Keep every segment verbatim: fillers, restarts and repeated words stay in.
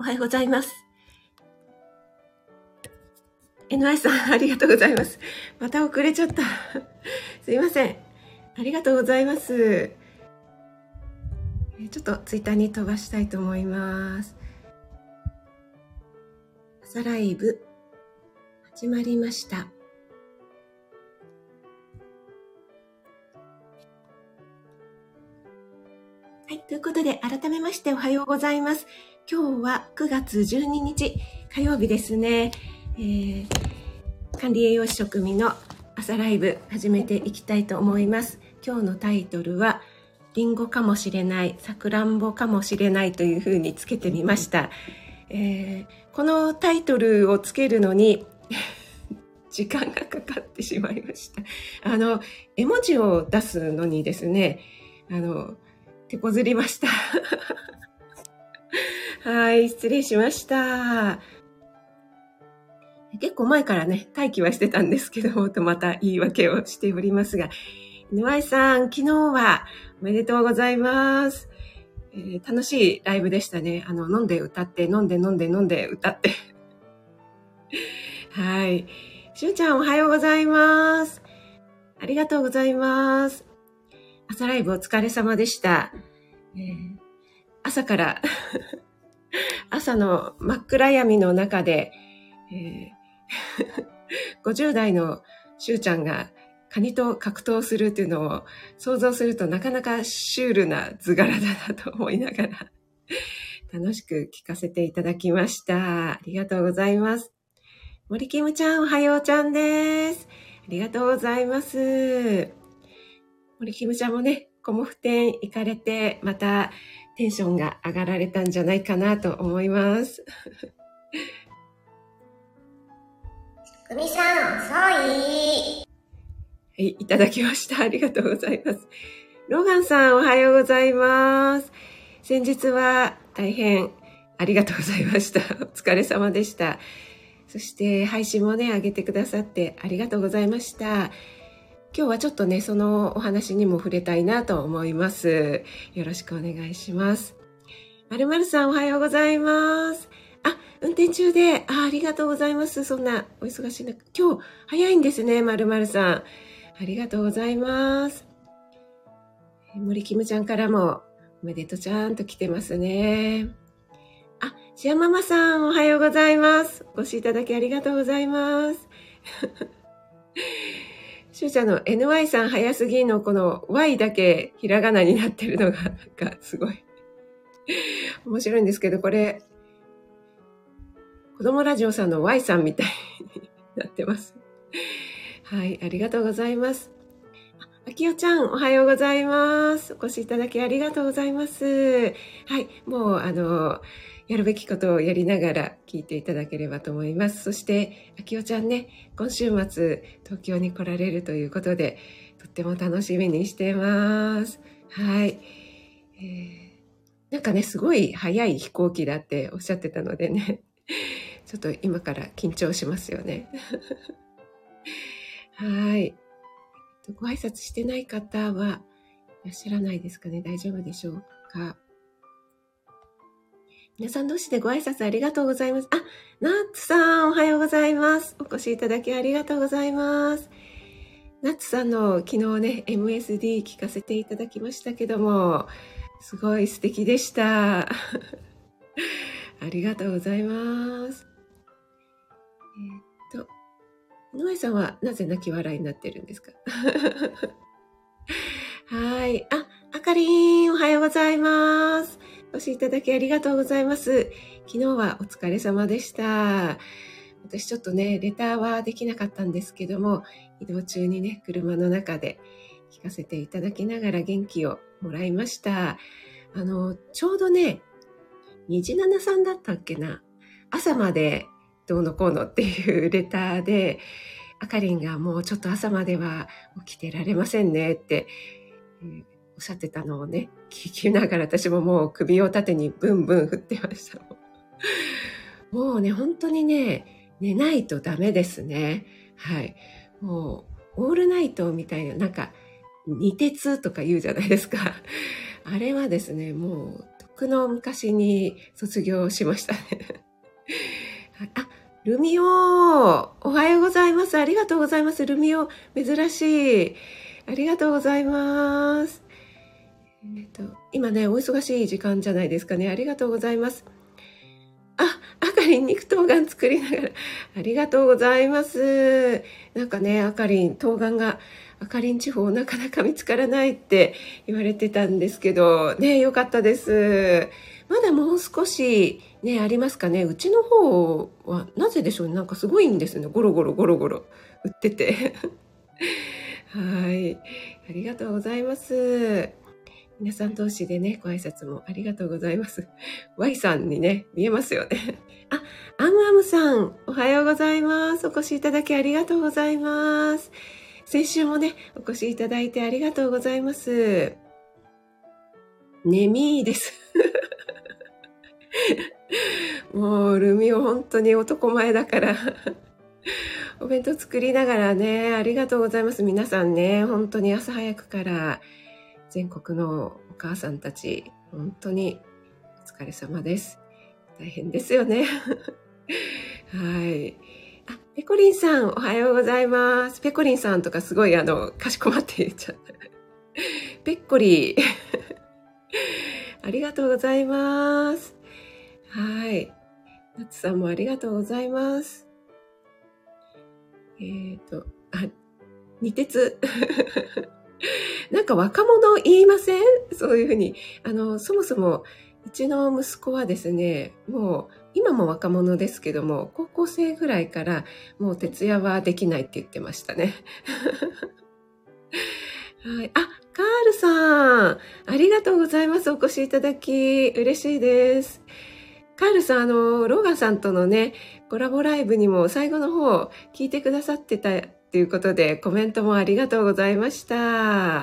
おはようございます。エヌワイ さん、ありがとうございます。また遅れちゃった。すいません。ありがとうございます。ちょっとツイッターに飛ばしたいと思います。朝ライブ、始まりました。はい、ということで改めましておはようございます。今日はくがつじゅうににち火曜日ですね。えー、管理栄養士食味の朝ライブ始めていきたいと思います。今日のタイトルはリンゴかもしれない、さくらんぼかもしれないというふうにつけてみました。えー、このタイトルをつけるのに時間がかかってしまいました。あの絵文字を出すのにですね、あの手こずりましたはい、失礼しました。結構前からね、待機はしてたんですけども、とまた言い訳をしておりますが、エヌワイ さん、昨日はおめでとうございます。えー、楽しいライブでしたね。あの、飲んで歌って、飲んで飲んで飲んで歌って。はい。しゅうちゃん、おはようございます。ありがとうございます。朝ライブお疲れ様でした。えー、朝から朝の真っ暗闇の中で、えー、ごじゅう代のしゅうちゃんがカニと格闘するっていうのを想像するとなかなかシュールな図柄だなと思いながら楽しく聞かせていただきました。ありがとうございます。森キムちゃん、おはようちゃんです。ありがとうございます。森キムちゃんもね、コモフ展行かれて、またテンションが上がられたんじゃないかなと思います。 久美さん、遅い。 はい、いただきました。ありがとうございます。ローガンさん、おはようございます。先日は大変ありがとうございました。お疲れ様でした。そして配信もね、上げてくださってありがとうございました。今日はちょっとね、そのお話にも触れたいなと思います。よろしくお願いします。まるまるさん、おはようございます。あ、運転中で、あ、ありがとうございます。そんなお忙しい中、今日早いんですね、まるまるさん。ありがとうございます。森キムちゃんからもおめでとうちゃんと来てますね。あ、シアママさん、おはようございます。お越しいただきありがとうございます。しゅうちゃんの エヌワイ さん早すぎのこの Y だけひらがなになってるのがなんかすごい面白いんですけど、これ子供ラジオさんの Y さんみたいになってます。はい、ありがとうございます。あきおちゃん、おはようございます。お越しいただきありがとうございます。はい、もうあのやるべきことをやりながら聞いていただければと思います。そして、あきおちゃんね、今週末東京に来られるということで、とっても楽しみにしてます。はい。えー、なんかね、すごい早い飛行機だっておっしゃってたのでね、ちょっと今から緊張しますよね。はい。ご挨拶してない方はいらっしゃらないですかね。大丈夫でしょうか。皆さん同士でご挨拶ありがとうございます。あ、ナッツさんおはようございます。お越しいただきありがとうございます。ナッツさんの昨日ね、エムエスディー 聞かせていただきましたけども、すごい素敵でした。ありがとうございます。えー、っと、井上さんはなぜ泣き笑いになってるんですか？はい。あ、あかりん、おはようございます。お越しいただきありがとうございます。昨日はお疲れ様でした。私ちょっとね、レターはできなかったんですけども、移動中にね、車の中で聞かせていただきながら元気をもらいました。あの、ちょうどね、にじななさんだったっけな、朝までどうのこうのっていうレターで、あかりんがもうちょっと朝までは起きてられませんねって、えー、おっしゃってたのをね、聞きながら私ももう首を縦にブンブン振ってました。もうね、本当にね、寝ないとダメですね。はい。もう、オールナイトみたいな、なんか、二鉄とか言うじゃないですか。あれはですね、もう、 くの昔に卒業しましたね。あ、ルミオ、おはようございます。ありがとうございます。ルミオ、珍しい。ありがとうございます。えっと、今ね、お忙しい時間じゃないですかね。ありがとうございます。あ、あかりん肉冬瓜作りながら、ありがとうございます。なんかね、あかりん、冬瓜が、あかりん地方なかなか見つからないって言われてたんですけど、ね、よかったです。まだもう少しね、ありますかね。うちの方は、なぜでしょうね。なんかすごいんですね。ゴロゴロゴロゴロ売ってて。はい。ありがとうございます。皆さん同士でね、ご挨拶もありがとうございます。Y さんにね、見えますよね。あ、アムアムさん、おはようございます。お越しいただきありがとうございます。先週もね、お越しいただいてありがとうございます。眠いです。もう、ルミオ本当に男前だから。お弁当作りながらね、ありがとうございます。皆さんね、本当に朝早くから全国のお母さんたち、本当にお疲れ様です。大変ですよね。はい。あ、ペコリンさん、おはようございます。ペコリンさんとかすごいあの、かしこまって言っちゃった。ペッコリ。ありがとうございます。はい。ナツさんもありがとうございます。えっと、あ、二鉄。なんか若者言いません？そういうふうに。あの、そもそも、うちの息子はですね、もう、今も若者ですけども、高校生ぐらいから、もう徹夜はできないって言ってましたね。はい。あ、カールさん、ありがとうございます。お越しいただき、嬉しいです。カールさん、あの、ローガンさんとのね、コラボライブにも最後の方聞いてくださってたということで、コメントもありがとうございました。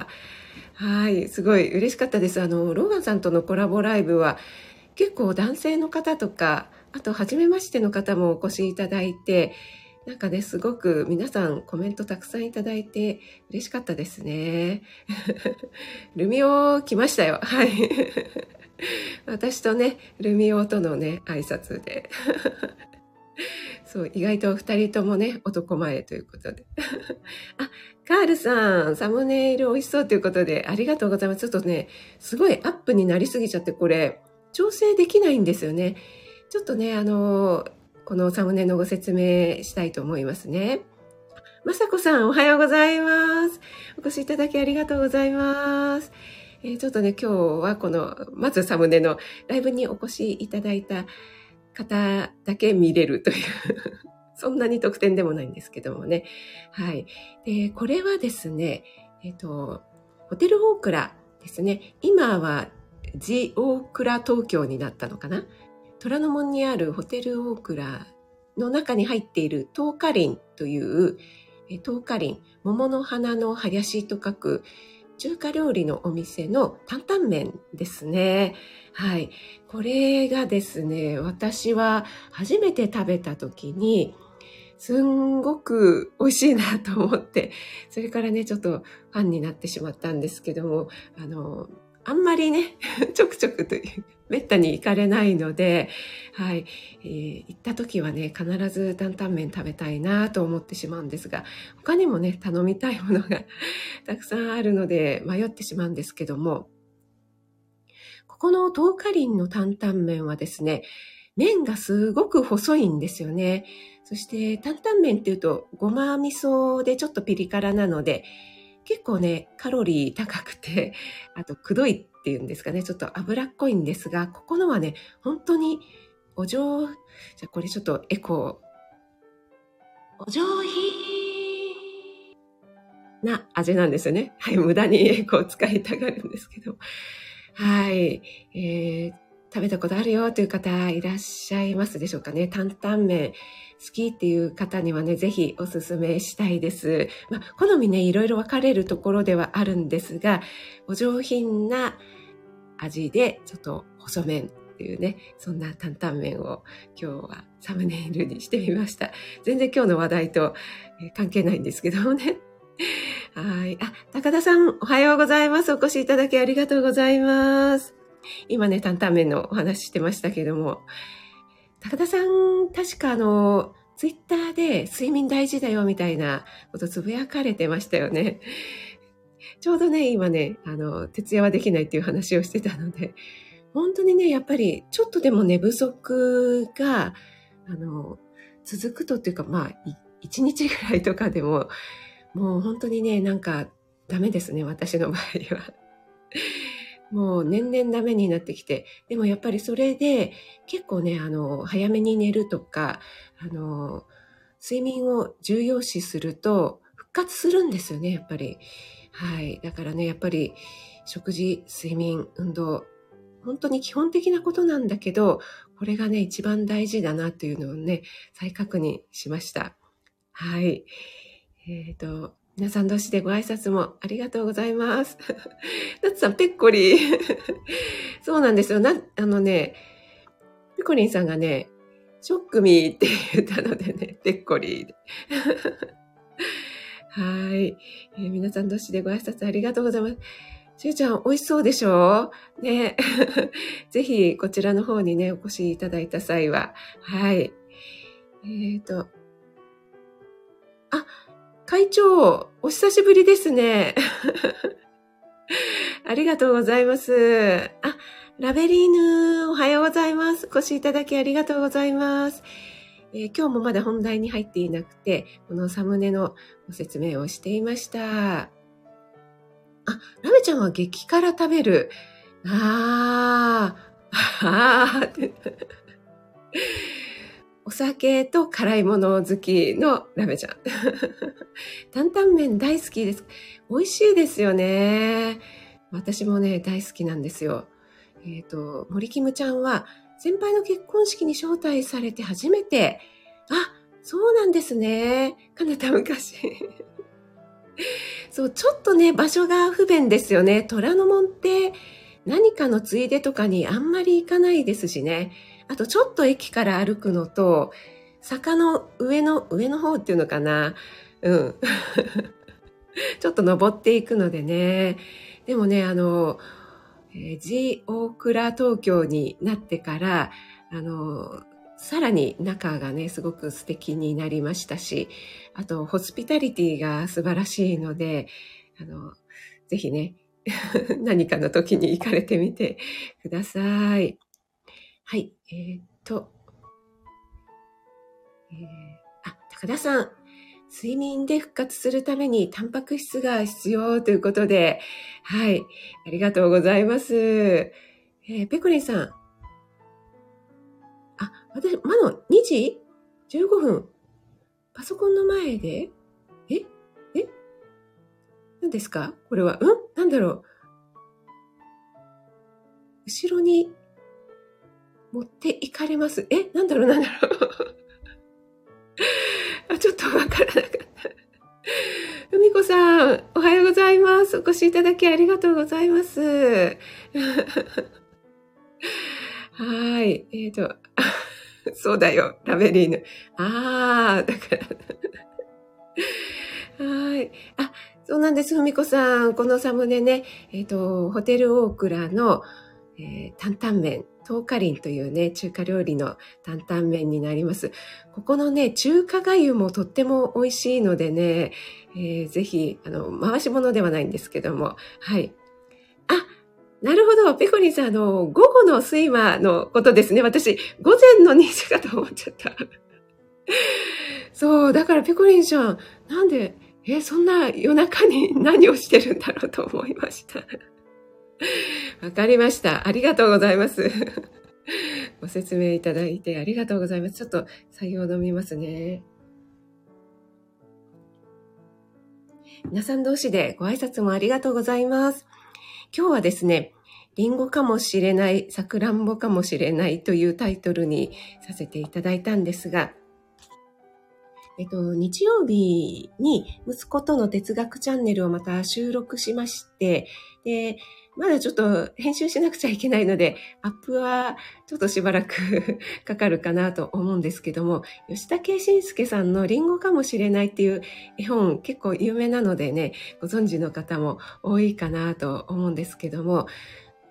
はい、すごい嬉しかったです。あの、ローガンさんとのコラボライブは結構男性の方とか、あと初めましての方もお越しいただいて、なんかね、すごく皆さんコメントたくさんいただいて嬉しかったですね。ルミオ来ましたよ。はい。私とね、ルミオとのね、挨拶で。そう、意外と二人ともね、男前ということで。あ、カールさん、サムネイル美味しそうということで、ありがとうございます。ちょっとね、すごいアップになりすぎちゃって、これ、調整できないんですよね。ちょっとね、あの、このサムネのご説明したいと思いますね。まさこさん、おはようございます。お越しいただきありがとうございます。えー、ちょっとね、今日はこの、まずサムネのライブにお越しいただいた方だけ見れるというそんなに特典でもないんですけどもね。はい。で、これはですね、えっと、ホテルオークラですね。今はジオークラ東京になったのかな。虎ノ門にあるホテルオークラの中に入っている東華林という、東華林、桃の花の林と書く中華料理のお店の担々麺ですね。はい。これがですね、私は初めて食べた時に、すんごく美味しいなと思って、それからね、ちょっとファンになってしまったんですけども、あの、あんまりね、ちょくちょくという、めったに行かれないので、はい、えー、行った時はね、必ず担々麺食べたいなと思ってしまうんですが、他にもね、頼みたいものがたくさんあるので迷ってしまうんですけども、ここの東華林の担々麺はですね、麺がすごく細いんですよね。そして担々麺っていうとごま味噌でちょっとピリ辛なので、結構ね、カロリー高くて、あとくどいっていうんですかね、ちょっと脂っこいんですが、ここのはね、本当にお上、じゃあこれちょっとエコー、お上品な味なんですよね。はい、無駄にエコーを使いたがるんですけど。はい、えー、食べたことあるよという方いらっしゃいますでしょうかね。担々麺好きっていう方にはね、ぜひおすすめしたいです。まあ、好みね、いろいろ分かれるところではあるんですが、お上品な味でちょっと細麺っていうね、そんな担々麺を今日はサムネイルにしてみました。全然今日の話題と関係ないんですけどもね。はい。あ、高田さん、おはようございます。お越しいただきありがとうございます。 今ね、担々麺のお話してましたけども、高田さん、確かあの、ツイッターで睡眠大事だよみたいなことつぶやかれてましたよね。ちょうどね、今ね、あの、徹夜はできないっていう話をしてたので、本当にね、やっぱりちょっとでも寝不足が、あの、続くとっていうか、まあ、一日ぐらいとかでも、もう本当にね、なんかダメですね、私の場合は。もう年々ダメになってきて、でもやっぱりそれで結構ね、あの、早めに寝るとか、あの、睡眠を重要視すると復活するんですよね、やっぱり。はい。だからね、やっぱり食事、睡眠、運動、本当に基本的なことなんだけど、これがね、一番大事だなというのをね、再確認しました。はい。えっと、皆さん同士でご挨拶もありがとうございます。なつさん、ぺっこり。そうなんですよ。な、あのね、ぺこりんさんがね、ショックミーって言ったのでね、ぺっこり。はい、えー。皆さん同士でご挨拶ありがとうございます。しゅうちゃん、美味しそうでしょうね。ぜひ、こちらの方にね、お越しいただいた際は。はい。えっと、あ、会長、お久しぶりですね。ありがとうございます。あ、ラベリーヌ、おはようございます。お越しいただきありがとうございます。えー、今日もまだ本題に入っていなくて、このサムネのご説明をしていました。あ、ラメちゃんは激辛食べる。あー、あーお酒と辛いもの好きのラメちゃん。担々麺大好きです。美味しいですよね。私もね、大好きなんですよ。えっと、森キムちゃんは先輩の結婚式に招待されて初めて、あ、そうなんですね。かなた昔。そう、ちょっとね、場所が不便ですよね。虎ノ門って何かのついでとかにあんまり行かないですしね。あとちょっと駅から歩くのと、坂の上の、上の方っていうのかな。うん。ちょっと登っていくのでね。でもね、あの、えー、G 大倉東京になってから、あの、さらに中がね、すごく素敵になりましたし、あと、ホスピタリティが素晴らしいので、あの、ぜひね、何かの時に行かれてみてください。はい、えー、っと、えー、あ、高田さん、睡眠で復活するためにタンパク質が必要ということで、はい、ありがとうございます。えー、ペコリンさん、あ、私、まだにじじゅうごふん、パソコンの前で、ええ何ですかこれは、うんなんだろう後ろに持っていかれます。えなんだろうなんだろうあちょっとわからなかった。ふみこさん、おはようございます。お越しいただきありがとうございます。はい。えっ、ー、と、そうだよ、ラベリーヌ。あー、だから。はい。あ、そうなんです、ふみこさん。このサムネね、えっ、ー、と、ホテルオークラの、えー、担々麺、トーカリンというね、中華料理の担々麺になります。ここのね、中華がゆもとっても美味しいのでね、えー、ぜひ、あの、回し物ではないんですけども、はい。あ、なるほど。ペコリンさん、あの、午後の睡魔のことですね。私、午前のにじかと思っちゃった。そう、だからペコリンさん、なんで、え、そんな夜中に何をしてるんだろうと思いました。わかりました。ありがとうございます。ご説明いただいてありがとうございます。ちょっと採用飲みますね。皆さん同士でご挨拶もありがとうございます。今日はですね、リンゴかもしれない、さくらんぼかもしれないというタイトルにさせていただいたんですが、えっと、日曜日に息子との哲学チャンネルをまた収録しまして、で、まだちょっと編集しなくちゃいけないので、アップはちょっとしばらくかかるかなと思うんですけども、吉田圭信介さんのリンゴかもしれないっていう絵本結構有名なのでね、ご存知の方も多いかなと思うんですけども、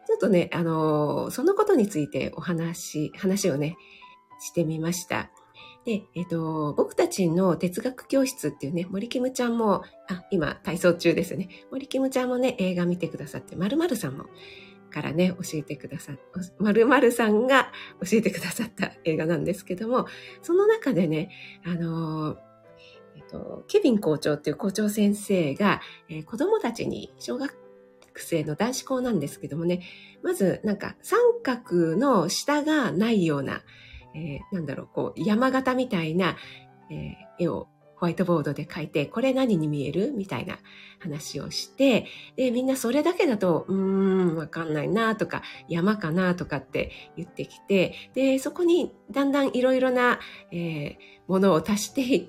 ちょっとね、あの、そのことについてお話、話をね、してみました。で、えっと、僕たちの哲学教室っていうね、森キムちゃんも、あ、今体操中ですね。森キムちゃんもね、映画見てくださって、〇〇さんも、からね、教えてくださった、〇〇さんが教えてくださった映画なんですけども、その中でね、あの、えっと、ケビン校長っていう校長先生が、えー、子供たちに、小学生の男子校なんですけどもね、まずなんか三角の下がないような、えー、なんだろう、こう山形みたいな、えー、絵をホワイトボードで描いて、これ何に見えるみたいな話をして、で、みんなそれだけだと、うーん、わかんないなとか、山かなとかって言ってきて、で、そこにだんだんいろいろな、えー、ものを足していって、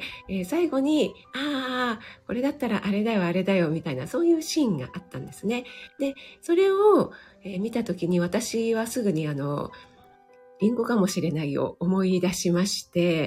えー、最後に、ああ、これだったらあれだよ、あれだよ、みたいな、そういうシーンがあったんですね。で、それを、えー、見たときに私はすぐにあの、リンゴかもしれないを思い出しまして、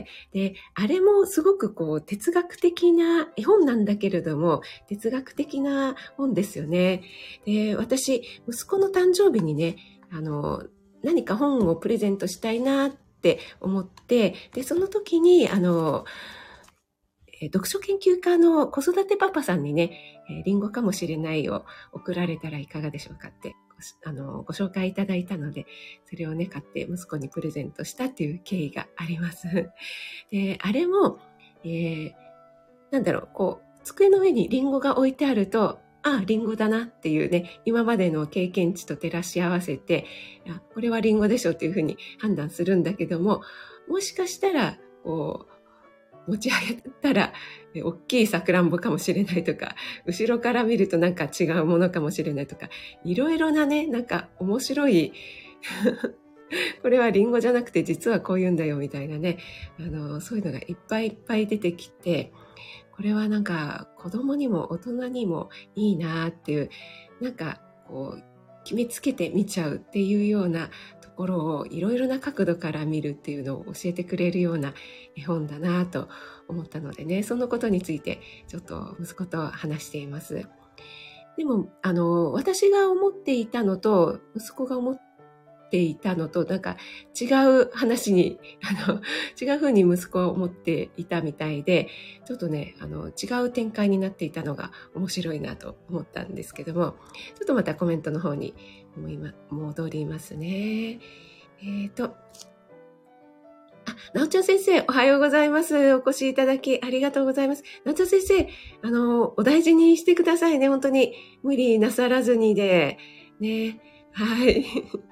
で、あれもすごくこう哲学的な絵本なんだけれども、哲学的な本ですよね。で、私、息子の誕生日にね、あの、何か本をプレゼントしたいなって思って、で、その時に、あの、読書研究家の子育てパパさんにね、リンゴかもしれないを送られたらいかがでしょうかってあのご紹介いただいたので、それをね買って息子にプレゼントしたっていう経緯があります。で、あれも、えー、なんだろう、こう机の上にリンゴが置いてあると、ああ、リンゴだなっていうね、今までの経験値と照らし合わせて、あ、これはリンゴでしょっていうふうに判断するんだけども、もしかしたらこう持ち上げたら大きいさくらんぼかもしれないとか、後ろから見るとなんか違うものかもしれないとか、いろいろなね、なんか面白いこれはリンゴじゃなくて実はこういうんだよみたいなね、あのそういうのがいっぱいいっぱい出てきて、これはなんか子供にも大人にもいいなっていう、なんかこう決めつけて見ちゃうっていうようなところをいろいろな角度から見るっていうのを教えてくれるような絵本だなと思ったのでね、そのことについてちょっと息子と話しています。でも、あの、私が思っていたのと息子が思っていたのとなんか違う話に、あの、違う風に息子は思っていたみたいで、ちょっとね、あの、違う展開になっていたのが面白いなと思ったんですけども、ちょっとまたコメントの方に戻りますね。えっと、あ、なおちゃん先生、おはようございます。お越しいただきありがとうございます。なおちゃん先生、あの、お大事にしてくださいね。本当に無理なさらずにで。ね。はい。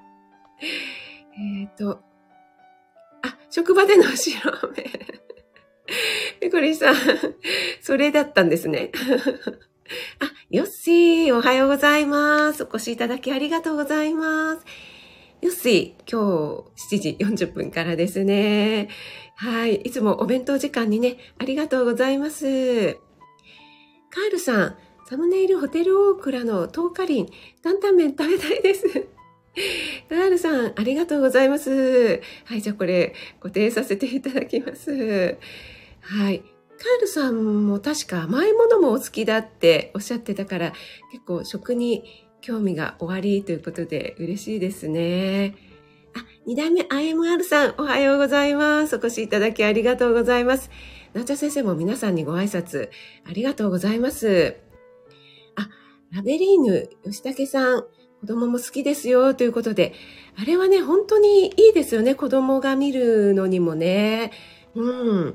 えっと、あ、職場での白目。ペコリさん、それだったんですね。あ、ヨッシー、おはようございます。お越しいただきありがとうございます。ヨッシー、今日しちじよんじゅっぷんからですね。はい。いつもお弁当時間にね、ありがとうございます。カールさん、サムネイルホテルオークラのトーカリン、担々麺食べたいです。カールさん、ありがとうございます。はい、じゃあこれ、固定させていただきます。はい。カールさんも確か甘いものもお好きだっておっしゃってたから、結構食に興味がおありということで嬉しいですね。あ、に代目 アイエムアール さん、おはようございます。お越しいただきありがとうございます。なおちゃん先生も皆さんにご挨拶ありがとうございます。あ、ラベリーヌ吉武さん、子供も好きですよということで、あれはね、本当にいいですよね。子供が見るのにもね。うん。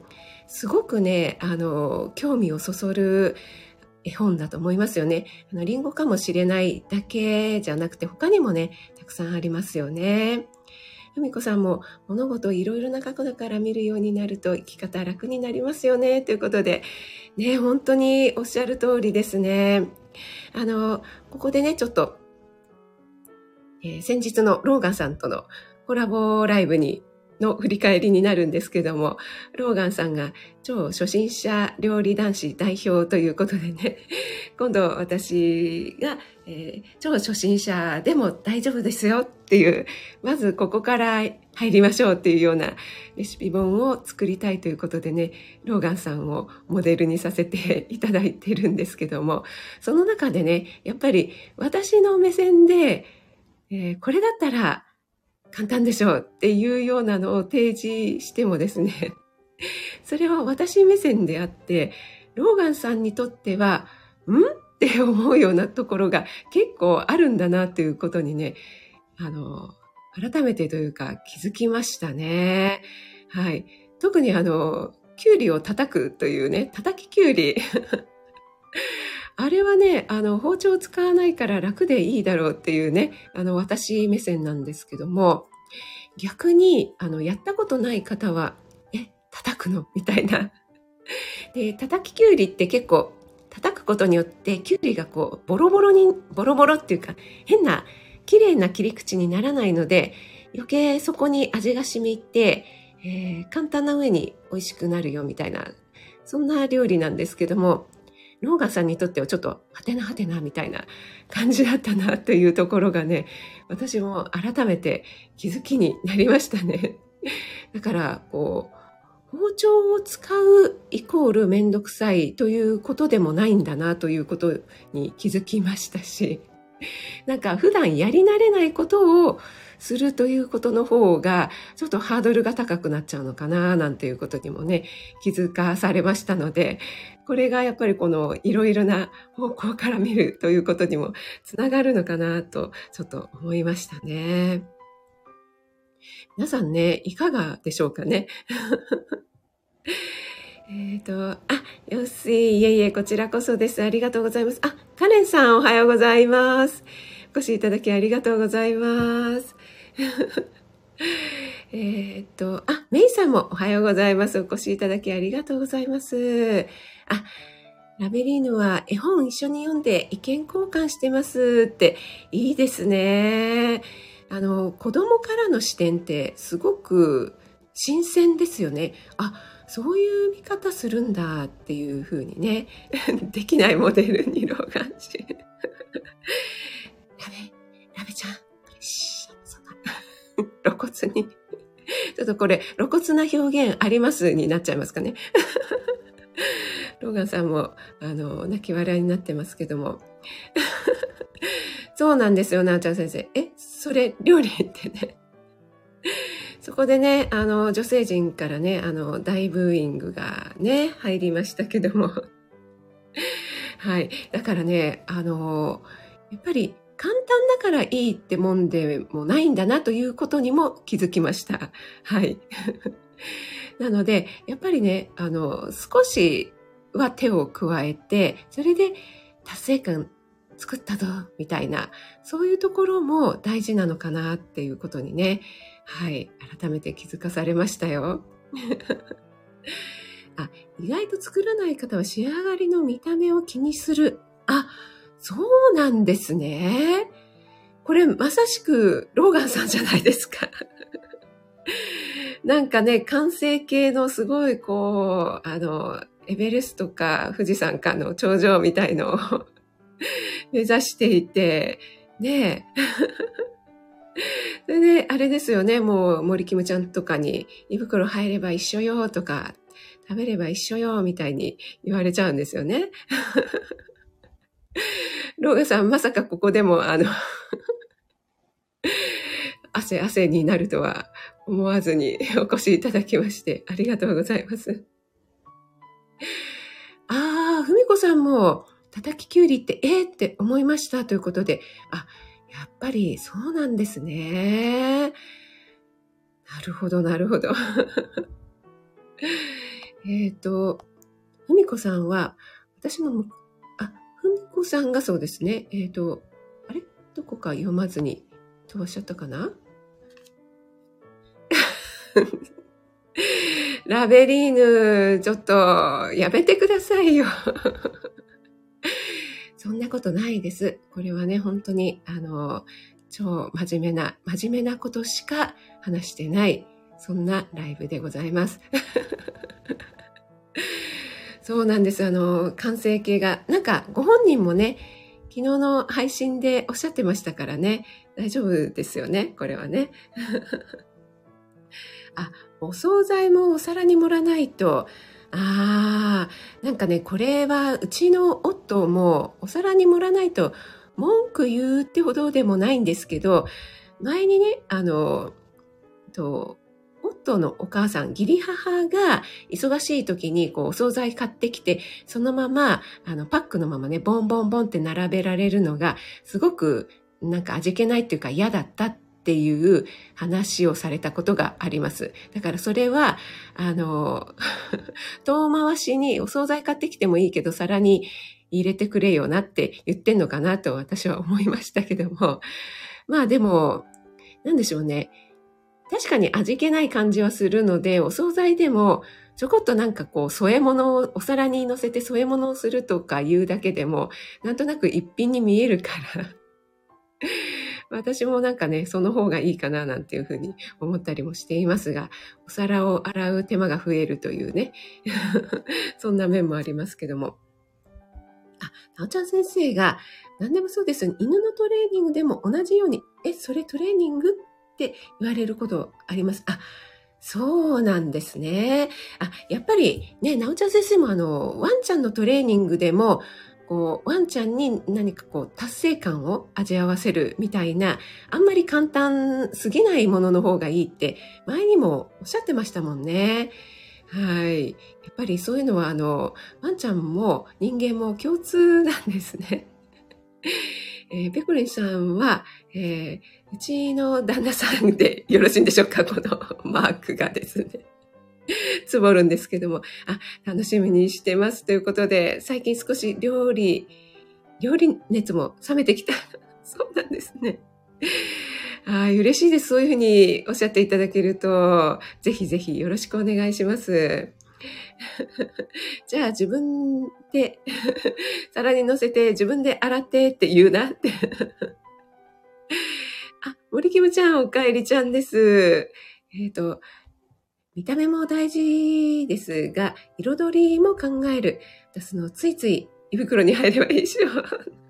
すごくね、あの、興味をそそる絵本だと思いますよね。あの、リンゴかもしれないだけじゃなくて、他にもね、たくさんありますよね。ふみこさんも物事をいろいろな角度から見るようになると生き方楽になりますよね。ということで、ね、本当におっしゃる通りですね。あの、ここでね、ちょっと、えー、先日のローガンさんとのコラボライブにの振り返りになるんですけども、ローガンさんが超初心者料理男子代表ということでね、今度私が、えー、超初心者でも大丈夫ですよっていう、まずここから入りましょうっていうようなレシピ本を作りたいということでね、ローガンさんをモデルにさせていただいてるんですけども、その中でね、やっぱり私の目線でえーこれだったら簡単でしょうっていうようなのを提示してもですね、それは私目線であって、ローガンさんにとっては、んって思うようなところが結構あるんだなということにね、あの、改めてというか気づきましたね。はい。特にあの、キュウリを叩くというね、叩きキュウリ。あれはね、あの、包丁を使わないから楽でいいだろうっていうね、あの、私目線なんですけども、逆に、あの、やったことない方は、え、叩くのみたいな。で、叩ききゅうりって結構、叩くことによって、きゅうりがこう、ボロボロに、ボロボロっていうか、変な、綺麗な切り口にならないので、余計そこに味が染み入って、えー簡単な上に美味しくなるよみたいな、そんな料理なんですけども、ローガンさんにとってはちょっと、はてなはてなみたいな感じだったなというところがね、私も改めて気づきになりましたね。だから、こう、包丁を使うイコールめんどくさいということでもないんだなということに気づきましたし、なんか普段やり慣れないことをするということの方がちょっとハードルが高くなっちゃうのかななんていうことにもね気づかされましたので、これがやっぱりこのいろいろな方向から見るということにもつながるのかなとちょっと思いましたね。皆さんね、いかがでしょうかね。えっと、あ、よっしー、いえいえ、こちらこそです。ありがとうございます。あ、カレンさんおはようございます。お越しいただきありがとうございます。えっと、あ、メイさんもおはようございます。お越しいただきありがとうございます。あ、ラベリーヌは絵本一緒に読んで意見交換してますって、いいですね。あの、子供からの視点ってすごく新鮮ですよね。あ、そういう見方するんだっていう風にね。できないモデルに老眼視。ラベ、ラベちゃん。シーそんな露骨に。ちょっとこれ、露骨な表現ありますになっちゃいますかね。ローガンさんも、あの、泣き笑いになってますけども。そうなんですよ、なおちゃん先生。え、それ、料理ってね。そこでね、あの、女性陣からね、あの、大ブーイングがね、入りましたけども。はい。だからね、あの、やっぱり簡単だからいいってもんでもないんだなということにも気づきました。はい。なので、やっぱりね、あの、少しは手を加えて、それで達成感作ったぞ、みたいな、そういうところも大事なのかなっていうことにね、はい、改めて気づかされましたよ。あ、意外と作らない方は仕上がりの見た目を気にする。あ、そうなんですね。これまさしくローガンさんじゃないですか。なんかね、完成形のすごいこう、あの、エベレストか富士山かの頂上みたいのを目指していて、ねえ。それで、あれですよね、もう森キムちゃんとかに胃袋入れば一緒よとか、食べれば一緒よみたいに言われちゃうんですよね。ローガさん、まさかここでも、あの、汗汗になるとは思わずにお越しいただきまして、ありがとうございます。ああ、ふみこさんも、叩ききゅうりってえーって思いましたということで、あ、やっぱりそうなんですね。なるほど、なるほど。えっと、ふみこさんは、私の、あ、ふみこさんがそうですね。えっと、あれどこか読まずに飛ばしちゃったかな。ラベリーヌ、ちょっとやめてくださいよ。そんなことないです。これはね、本当に、あの、超真面目な、真面目なことしか話してない、そんなライブでございます。そうなんです。あの、完成形が、なんかご本人もね、昨日の配信でおっしゃってましたからね、大丈夫ですよね、これはね。あ、お惣菜もお皿に盛らないと、ああ、なんかね、これはうちの夫もお皿に盛らないと文句言うってほどでもないんですけど、前にね、あの、と、夫のお母さん、義理母が忙しい時にこうお惣菜買ってきて、そのまま、あの、パックのままね、ボンボンボンって並べられるのが、すごくなんか味気ないっていうか嫌だったっていう話をされたことがあります。だからそれは、あの、遠回しにお惣菜買ってきてもいいけど、皿に入れてくれよなって言ってんのかなと私は思いましたけども。まあでも、なんでしょうね。確かに味気ない感じはするので、お惣菜でもちょこっとなんかこう添え物をお皿に乗せて添え物をするとか言うだけでも、なんとなく一品に見えるから、私もなんかね、その方がいいかななんていうふうに思ったりもしていますが、お皿を洗う手間が増えるというね、そんな面もありますけども。あ、なおちゃん先生が、何でもそうです。犬のトレーニングでも同じように、え、それトレーニングって言われることあります。あ、そうなんですね。あ、やっぱりね、なおちゃん先生もあの、ワンちゃんのトレーニングでも、こう、ワンちゃんに何かこう、達成感を味わわせるみたいな、あんまり簡単すぎないものの方がいいって、前にもおっしゃってましたもんね。はい。やっぱりそういうのはあの、ワンちゃんも人間も共通なんですね。えー、ペコリンさんは、えー、うちの旦那さんでよろしいんでしょうか、このマークがですね。つぼるんですけども、あ、楽しみにしてますということで、最近少し料理、料理熱も冷めてきた。そうなんですね。はい、嬉しいです。そういうふうにおっしゃっていただけると、ぜひぜひよろしくお願いします。じゃあ自分で皿に乗せて自分で洗ってって言うなって。あ、森キムちゃんおかえりちゃんです。えっと、見た目も大事ですが、彩りも考える。出すのついつい胃袋に入ればいいでしょう。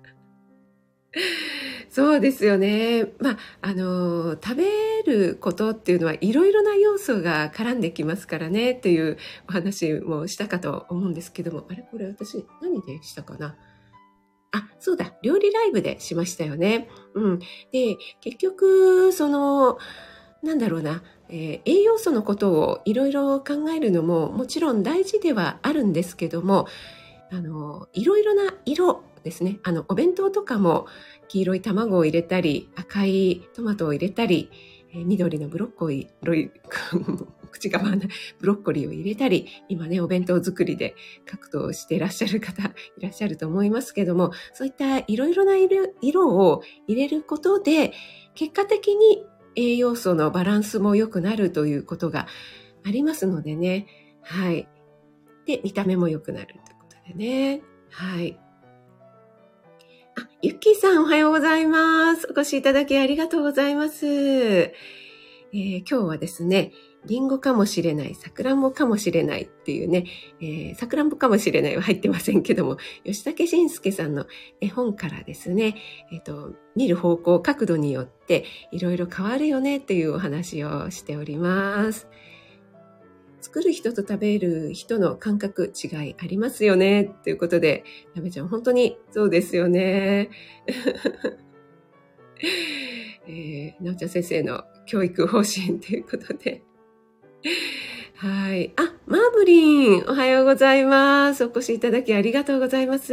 そうですよね。まあ、あの、食べることっていうのはいろいろな要素が絡んできますからねっていうお話もしたかと思うんですけども、あれこれ私何でしたかな。あ、そうだ、料理ライブでしましたよね。うん。で、結局、その、なんだろうな、えー栄養素のことをいろいろ考えるのももちろん大事ではあるんですけども、あの、いろいろな色ですね。あの、お弁当とかも黄色い卵を入れたり、赤いトマトを入れたり、えー緑のブロッコリー、口が回らない、ブロッコリーを入れたり、今ね、お弁当作りで格闘していらっしゃる方いらっしゃると思いますけども、そういったいろいろな色色を入れることで、結果的に栄養素のバランスも良くなるということがありますのでね。はい。で、見た目も良くなるということでね。はい。あ、ゆっきーさんおはようございます。お越しいただきありがとうございます。えー今日はですね、リンゴかもしれない、さくらんぼかもしれないっていうね、えー、さくらんぼかもしれないは入ってませんけども、吉武慎介さんの絵本からですね、えっと、見る方向、角度によっていろいろ変わるよねっていうお話をしております。作る人と食べる人の感覚違いありますよねということで、なべちゃん本当にそうですよね。えー、なおちゃん先生の教育方針ということで。はい。あ、マーブリン、おはようございます。お越しいただきありがとうございます。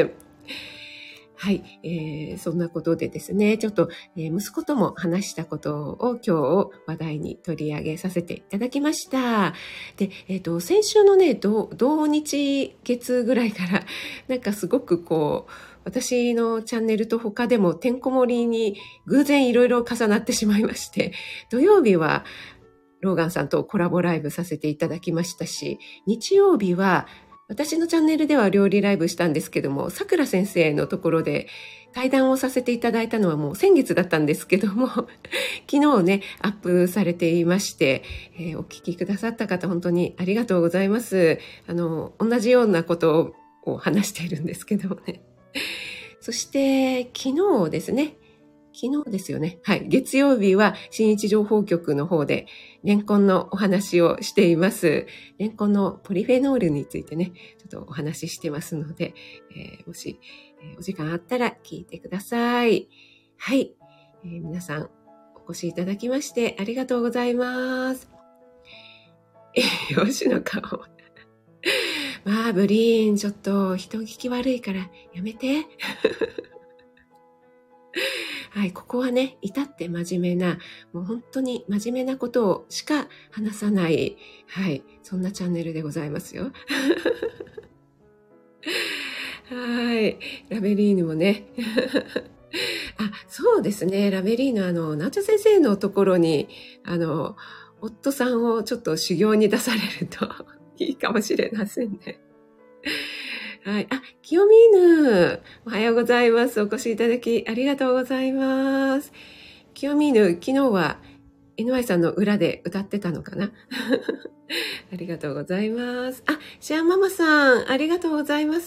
はい、えー、そんなことでですね、ちょっと、えー息子とも話したことを今日話題に取り上げさせていただきました。で、えっと、先週のね、土土日月ぐらいから、なんかすごくこう、私のチャンネルと他でもてんこ盛りに偶然いろいろ重なってしまいまして、土曜日はローガンさんとコラボライブさせていただきましたし、日曜日は私のチャンネルでは料理ライブしたんですけども、さくら先生のところで対談をさせていただいたのはもう先月だったんですけども、昨日ね、アップされていまして、えーお聞きくださった方本当にありがとうございます。あの、同じようなことを話しているんですけどもね。そして昨日ですね、昨日ですよね。はい。月曜日は新一情報局の方でレンコンのお話をしています。レンコンのポリフェノールについてね、ちょっとお話ししてますので、えーもし、ええー、お時間あったら聞いてください。はい、えー、皆さんお越しいただきましてありがとうございます。えー、よしの顔。マーブリン、ちょっと人聞き悪いからやめて。はい、ここはね、至って真面目な、もう本当に真面目なことをしか話さない、はい、そんなチャンネルでございますよ。はい、ラベリーヌもね。あ、そうですね、ラベリーヌ、あの、ナチョ先生のところに、あの、夫さんをちょっと修行に出されるといいかもしれませんね。はい。あ、きよみーぬ。おはようございます。お越しいただきありがとうございます。きよみーぬ、昨日は エヌワイ さんの裏で歌ってたのかなありがとうございます。あ、シャンママさん、ありがとうございます。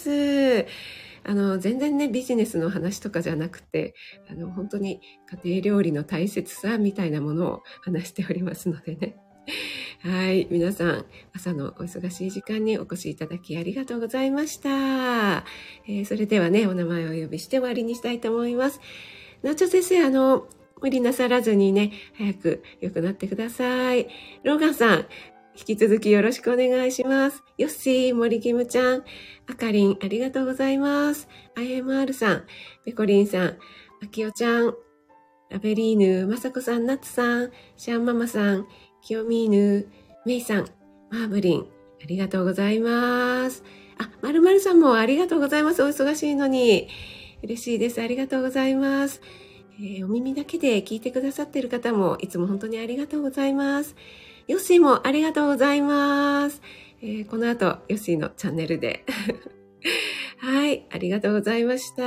あの、全然ね、ビジネスの話とかじゃなくて、あの、本当に家庭料理の大切さみたいなものを話しておりますのでね。はい。皆さん、朝のお忙しい時間にお越しいただきありがとうございました。えー、それではね、お名前をお呼びして終わりにしたいと思います。なおちゃん先生、あの、無理なさらずにね、早く良くなってください。ローガンさん、引き続きよろしくお願いします。ヨッシー、森キムちゃん、あかりん、ありがとうございます。アイエムアール さん、ペコリンさん、あきおちゃん、ラベリーヌ、まさこさん、ナッツさん、シャンママさん、キヨミーヌ、メイさん、マーブリン、ありがとうございます。あ、まるまるさんもありがとうございます。お忙しいのに。嬉しいです。ありがとうございます。えー、お耳だけで聞いてくださっている方もいつも本当にありがとうございます。ヨッシーもありがとうございます。えー、この後、ヨッシーのチャンネルで。はい、ありがとうございました。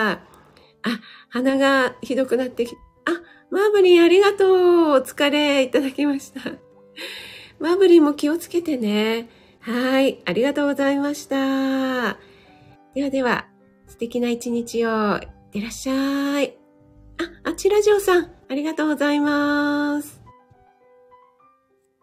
あ、鼻がひどくなってき、あ、マーブリンありがとう。お疲れいただきました。マーブリンも気をつけてね。はい、ありがとうございました。ではでは、素敵な一日をいってらっしゃい。あ、あちらジオさん、ありがとうございます。